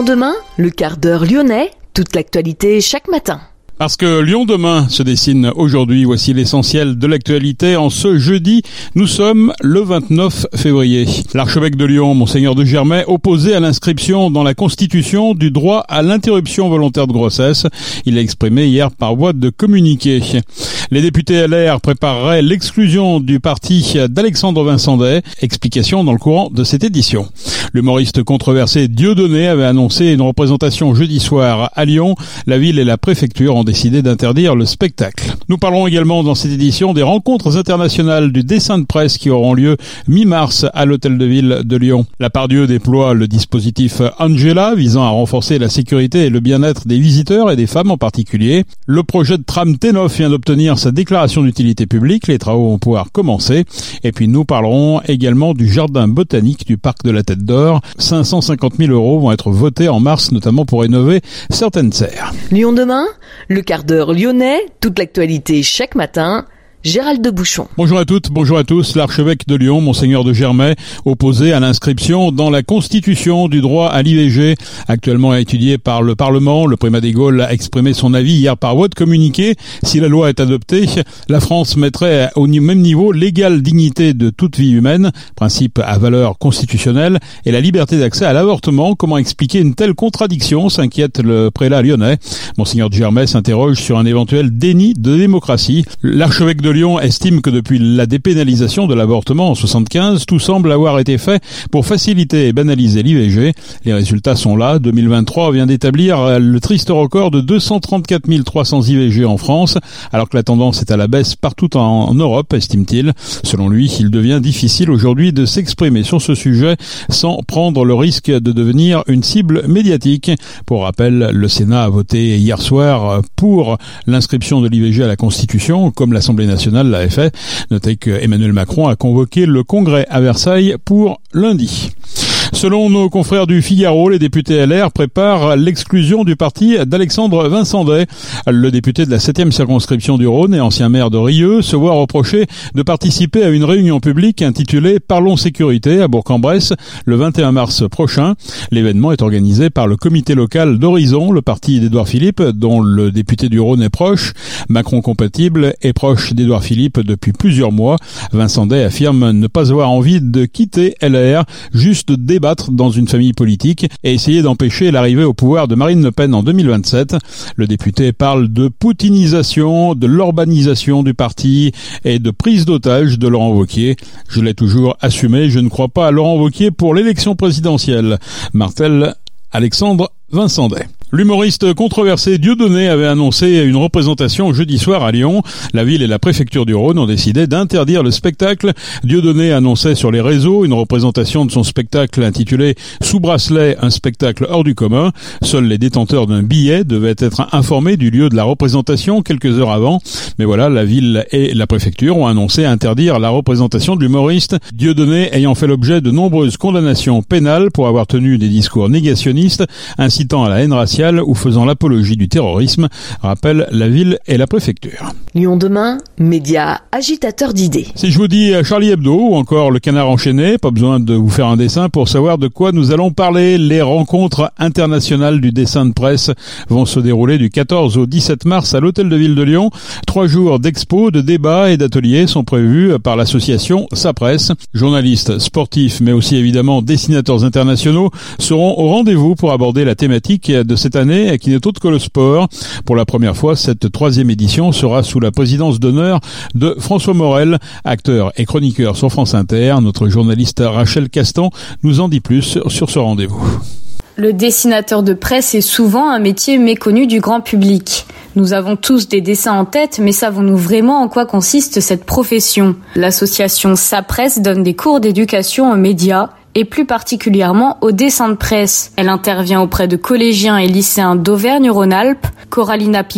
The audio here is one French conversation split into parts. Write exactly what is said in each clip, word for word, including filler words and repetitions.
demain, le quart d'heure lyonnais, toute l'actualité chaque matin. Parce que Lyon demain se dessine aujourd'hui, voici l'essentiel de l'actualité. En ce jeudi, nous sommes le vingt-neuf février. L'archevêque de Lyon, Monseigneur de Germay, opposé à l'inscription dans la Constitution du droit à l'interruption volontaire de grossesse. Il l'a exprimé hier par voie de communiqué. Les députés L R prépareraient l'exclusion du parti d'Alexandre Vincent-Day. Explication dans le courant de cette édition. L'humoriste controversé Dieudonné avait annoncé une représentation jeudi soir à Lyon. La ville et la préfecture ont décidé d'interdire le spectacle. Nous parlerons également dans cette édition des rencontres internationales du dessin de presse qui auront lieu mi-mars à l'Hôtel de Ville de Lyon. La Pardieu déploie le dispositif Angela visant à renforcer la sécurité et le bien-être des visiteurs et des femmes en particulier. Le projet de tram T neuf vient d'obtenir sa déclaration d'utilité publique. Les travaux vont pouvoir commencer. Et puis nous parlerons également du jardin botanique du parc de la Tête d'Or. cinq cent cinquante mille euros vont être votés en mars, notamment pour rénover certaines serres. Lyon demain, le quart d'heure lyonnais, toute l'actualité chaque matin. Gérald de Bouchon. Bonjour à toutes, bonjour à tous. L'archevêque de Lyon, Monseigneur de Germay, opposé à l'inscription dans la Constitution du droit à l'I V G, actuellement étudié par le Parlement. Le primat des Gaules a exprimé son avis hier par voie de communiqué. Si la loi est adoptée, la France mettrait au même niveau l'égale dignité de toute vie humaine, principe à valeur constitutionnelle, et la liberté d'accès à l'avortement. Comment expliquer une telle contradiction, s'inquiète le prélat lyonnais. Monseigneur de Germay s'interroge sur un éventuel déni de démocratie. L'archevêque de Lyon estime que depuis la dépénalisation de l'avortement en soixante-quinze, tout semble avoir été fait pour faciliter et banaliser l'I V G. Les résultats sont là. deux mille vingt-trois vient d'établir le triste record de deux cent trente-quatre mille trois cents I V G en France, alors que la tendance est à la baisse partout en Europe, estime-t-il. Selon lui, il devient difficile aujourd'hui de s'exprimer sur ce sujet sans prendre le risque de devenir une cible médiatique. Pour rappel, le Sénat a voté hier soir pour l'inscription de l'I V G à la Constitution, comme l'Assemblée nationale l'avait fait. Notez que Emmanuel Macron a convoqué le Congrès à Versailles pour lundi. Selon nos confrères du Figaro, les députés L R préparent l'exclusion du parti d'Alexandre Vincent-Day. Le député de la septième circonscription du Rhône et ancien maire de Rieux se voit reprocher de participer à une réunion publique intitulée « Parlons sécurité » à Bourg-en-Bresse le vingt et un mars prochain. L'événement est organisé par le comité local d'Horizon, le parti d'Édouard Philippe, dont le député du Rhône est proche. Macron compatible est proche d'Édouard Philippe depuis plusieurs mois. Vincent-Day affirme ne pas avoir envie de quitter L R, juste débattre dans une famille politique et essayer d'empêcher l'arrivée au pouvoir de Marine Le Pen en deux mille vingt-sept. Le député parle de poutinisation, de l'urbanisation du parti et de prise d'otage de Laurent Wauquiez. Je l'ai toujours assumé, je ne crois pas à Laurent Wauquiez pour l'élection présidentielle, martèle Alexandre Vincent-Day. L'humoriste controversé Dieudonné avait annoncé une représentation jeudi soir à Lyon. La ville et la préfecture du Rhône ont décidé d'interdire le spectacle. Dieudonné annonçait sur les réseaux une représentation de son spectacle intitulé « Sous bracelet, un spectacle hors du commun ». Seuls les détenteurs d'un billet devaient être informés du lieu de la représentation quelques heures avant. Mais voilà, la ville et la préfecture ont annoncé interdire la représentation de l'humoriste. Dieudonné ayant fait l'objet de nombreuses condamnations pénales pour avoir tenu des discours négationnistes, incitant à la haine raciale ou faisant l'apologie du terrorisme, rappelle la ville et la préfecture. Lyon demain, média agitateur d'idées. Si je vous dis Charlie Hebdo ou encore le Canard enchaîné, pas besoin de vous faire un dessin pour savoir de quoi nous allons parler. Les rencontres internationales du dessin de presse vont se dérouler du quatorze au dix-sept mars à l'Hôtel de Ville de Lyon. Trois jours d'expos, de débats et d'ateliers sont prévus par l'association Sa Presse. Journalistes, sportifs, mais aussi évidemment dessinateurs internationaux seront au rendez-vous pour aborder la thématique de cette année qui n'est autre que le sport. Pour la première fois, cette troisième édition sera sous la présidence d'honneur de François Morel, acteur et chroniqueur sur France Inter. Notre journaliste Rachel Castan nous en dit plus sur ce rendez-vous. Le dessinateur de presse est souvent un métier méconnu du grand public. Nous avons tous des dessins en tête, mais savons-nous vraiment en quoi consiste cette profession ? L'association Sa Presse donne des cours d'éducation aux médias et plus particulièrement au dessin de presse. Elle intervient auprès de collégiens et lycéens d'Auvergne-Rhône-Alpes. Coralina Picot,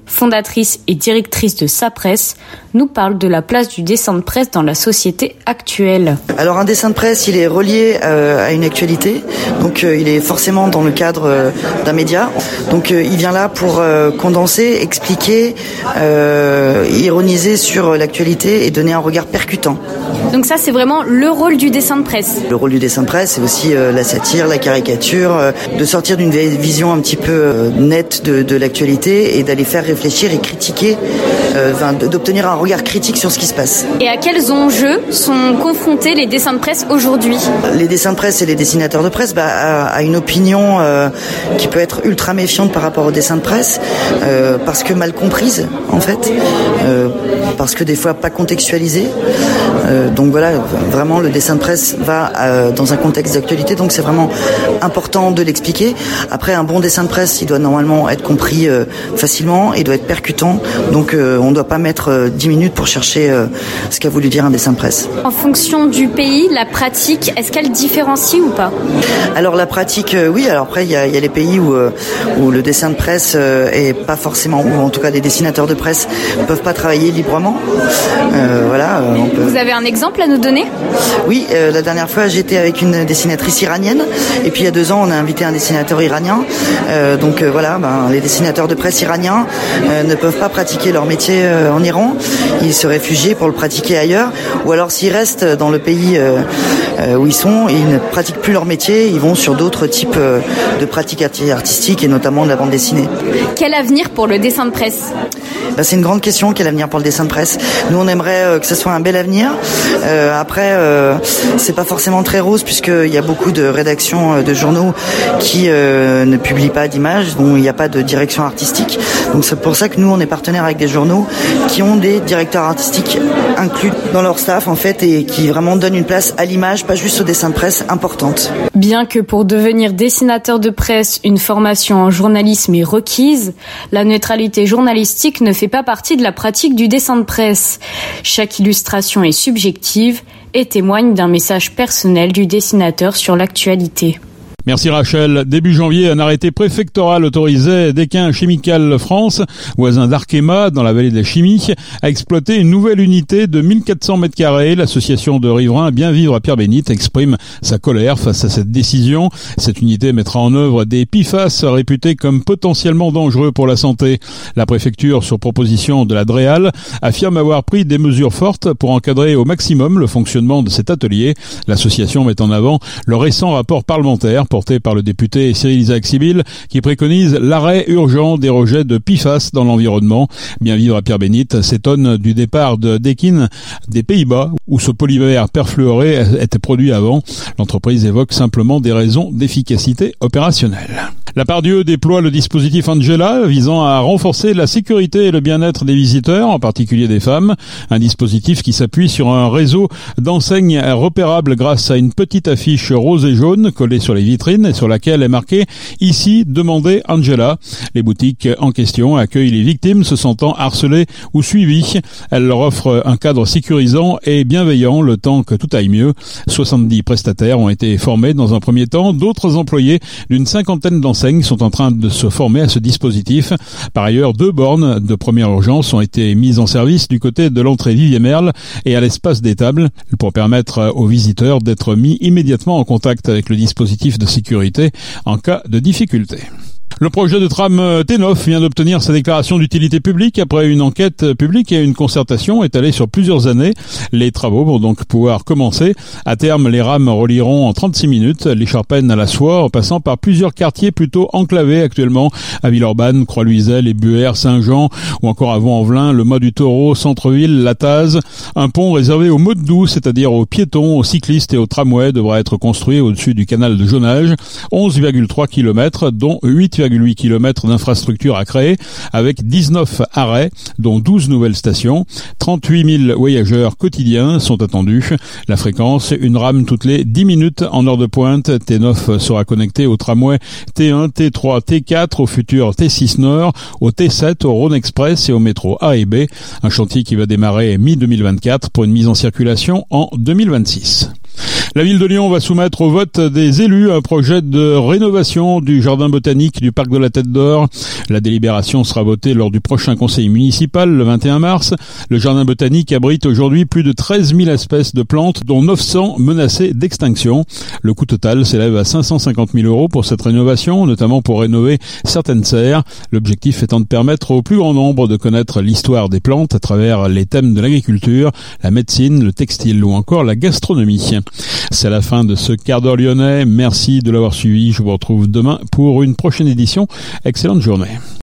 fondatrice et directrice de Sapresse, nous parle de la place du dessin de presse dans la société actuelle. Alors un dessin de presse, il est relié euh, à une actualité, donc euh, il est forcément dans le cadre euh, d'un média. Donc euh, il vient là pour euh, condenser, expliquer, euh, ironiser sur l'actualité et donner un regard percutant. Donc ça, c'est vraiment le rôle du dessin de presse. Le rôle du dessin de presse, c'est aussi euh, la satire, la caricature, euh, de sortir d'une vision un petit peu euh, nette de, de l'actualité et d'aller faire réfléchir et critiquer, euh, enfin, d'obtenir un regard critique sur ce qui se passe. Et à quels enjeux sont confrontés les dessins de presse aujourd'hui ? Les dessins de presse et les dessinateurs de presse, bah, à, à une opinion euh, qui peut être ultra méfiante par rapport aux dessins de presse, euh, parce que mal comprise, en fait, euh, parce que des fois pas contextualisée. Euh, donc voilà, vraiment le dessin de presse va euh, dans un contexte d'actualité, donc c'est vraiment important de l'expliquer. Après, un bon dessin de presse, il doit normalement être compris euh, facilement, il doit être percutant, donc euh, on ne doit pas mettre euh, dix minutes pour chercher euh, ce qu'a voulu dire un dessin de presse. En fonction du pays, la pratique, est-ce qu'elle différencie ou pas ? Alors la pratique, euh, oui. Alors après, il y a, y a les pays où, euh, où le dessin de presse euh, est pas forcément, ou en tout cas les dessinateurs de presse ne peuvent pas travailler librement. Euh, voilà. Euh, on peut... Vous avez un exemple à nous donner ? Oui, euh, la dernière fois j'étais avec une dessinatrice iranienne, et puis il y a deux ans on a invité un dessinateur iranien. Euh, donc euh, voilà, ben, les dessinateurs de presse iraniens euh, ne peuvent pas pratiquer leur métier euh, en Iran. Ils se réfugient pour le pratiquer ailleurs, ou alors s'ils restent dans le pays euh, euh, où ils sont, ils ne pratiquent plus leur métier, ils vont sur d'autres types euh, de pratiques artistiques et notamment de la bande dessinée. Quel avenir pour le dessin de presse ? Ben, c'est une grande question, quel avenir pour le dessin de presse. Nous on aimerait euh, que ce soit un bel avenir. Euh, après, euh, c'est pas forcément très rose puisqu'il y a beaucoup de rédactions euh, de journaux qui euh, ne publient pas d'images, dont il n'y a pas de direction artistique. Donc c'est pour ça que nous on est partenaire avec des journaux qui ont des directeurs artistiques inclus dans leur staff en fait et qui vraiment donnent une place à l'image, pas juste au dessin de presse, importante. Bien que pour devenir dessinateur de presse, une formation en journalisme est requise, la neutralité journalistique ne fait pas partie de la pratique du dessin de presse. Chaque illustration est subjective et témoigne d'un message personnel du dessinateur sur l'actualité. Merci Rachel. Début janvier, un arrêté préfectoral autorisait Desquin Chemical France, voisin d'Arkema, dans la vallée de la Chimie, à exploiter une nouvelle unité de mille quatre cents mètres carrés. L'association de riverains Bien Vivre à Pierre-Bénite exprime sa colère face à cette décision. Cette unité mettra en œuvre des P F A S réputés comme potentiellement dangereux pour la santé. La préfecture, sur proposition de la DREAL, affirme avoir pris des mesures fortes pour encadrer au maximum le fonctionnement de cet atelier. L'association met en avant le récent rapport parlementaire porté par le député Cyril Isaac Sibylle, qui préconise l'arrêt urgent des rejets de P F A S dans l'environnement. Bien Vivre à Pierre-Bénite s'étonne du départ de Desquin des Pays-Bas, où ce polymère perfluoré était produit avant. L'entreprise évoque simplement des raisons d'efficacité opérationnelle. La Pardieu déploie le dispositif Angela visant à renforcer la sécurité et le bien-être des visiteurs, en particulier des femmes. Un dispositif qui s'appuie sur un réseau d'enseignes repérables grâce à une petite affiche rose et jaune collée sur les vitrines et sur laquelle est marqué « Ici, demandez Angela ». Les boutiques en question accueillent les victimes se sentant harcelées ou suivies. Elles leur offrent un cadre sécurisant et bienveillant le temps que tout aille mieux. soixante-dix prestataires ont été formés dans un premier temps. D'autres employés d'une cinquantaine d'enseignes sont en train de se former à ce dispositif. Par ailleurs, deux bornes de première urgence ont été mises en service du côté de l'entrée Vivier-Merle et à l'espace des tables pour permettre aux visiteurs d'être mis immédiatement en contact avec le dispositif de sécurité en cas de difficulté. Le projet de tram T neuf vient d'obtenir sa déclaration d'utilité publique après une enquête publique et une concertation étalée sur plusieurs années. Les travaux vont donc pouvoir commencer. À terme, les rames relieront en trente-six minutes l'Écharpennes à la Soie en passant par plusieurs quartiers plutôt enclavés actuellement à Villeurbanne, Croix-Luisel, les Buères, Saint-Jean ou encore à Vaux-en-Velin, le Mas du Taureau, Centre-Ville, La Taze. Un pont réservé aux modes doux, c'est-à-dire aux piétons, aux cyclistes et aux tramways devra être construit au-dessus du canal de Jonage. onze virgule trois kilomètres, dont huit virgule huit kilomètres d'infrastructures à créer, avec dix-neuf arrêts, dont douze nouvelles stations. trente-huit mille voyageurs quotidiens sont attendus. La fréquence, une rame toutes les dix minutes en heure de pointe. T neuf sera connecté au tramway T un, T trois, T quatre, au futur T six Nord, au T sept, au Rhône Express et au métro A et B. Un chantier qui va démarrer mi deux mille vingt-quatre pour une mise en circulation en deux mille vingt-six. La ville de Lyon va soumettre au vote des élus un projet de rénovation du jardin botanique du parc de la Tête d'Or. La délibération sera votée lors du prochain conseil municipal le vingt et un mars. Le jardin botanique abrite aujourd'hui plus de treize mille espèces de plantes, dont neuf cents menacées d'extinction. Le coût total s'élève à cinq cent cinquante mille euros pour cette rénovation, notamment pour rénover certaines serres. L'objectif étant de permettre au plus grand nombre de connaître l'histoire des plantes à travers les thèmes de l'agriculture, la médecine, le textile ou encore la gastronomie. C'est la fin de ce quart d'heure lyonnais. Merci de l'avoir suivi. Je vous retrouve demain pour une prochaine édition. Excellente journée.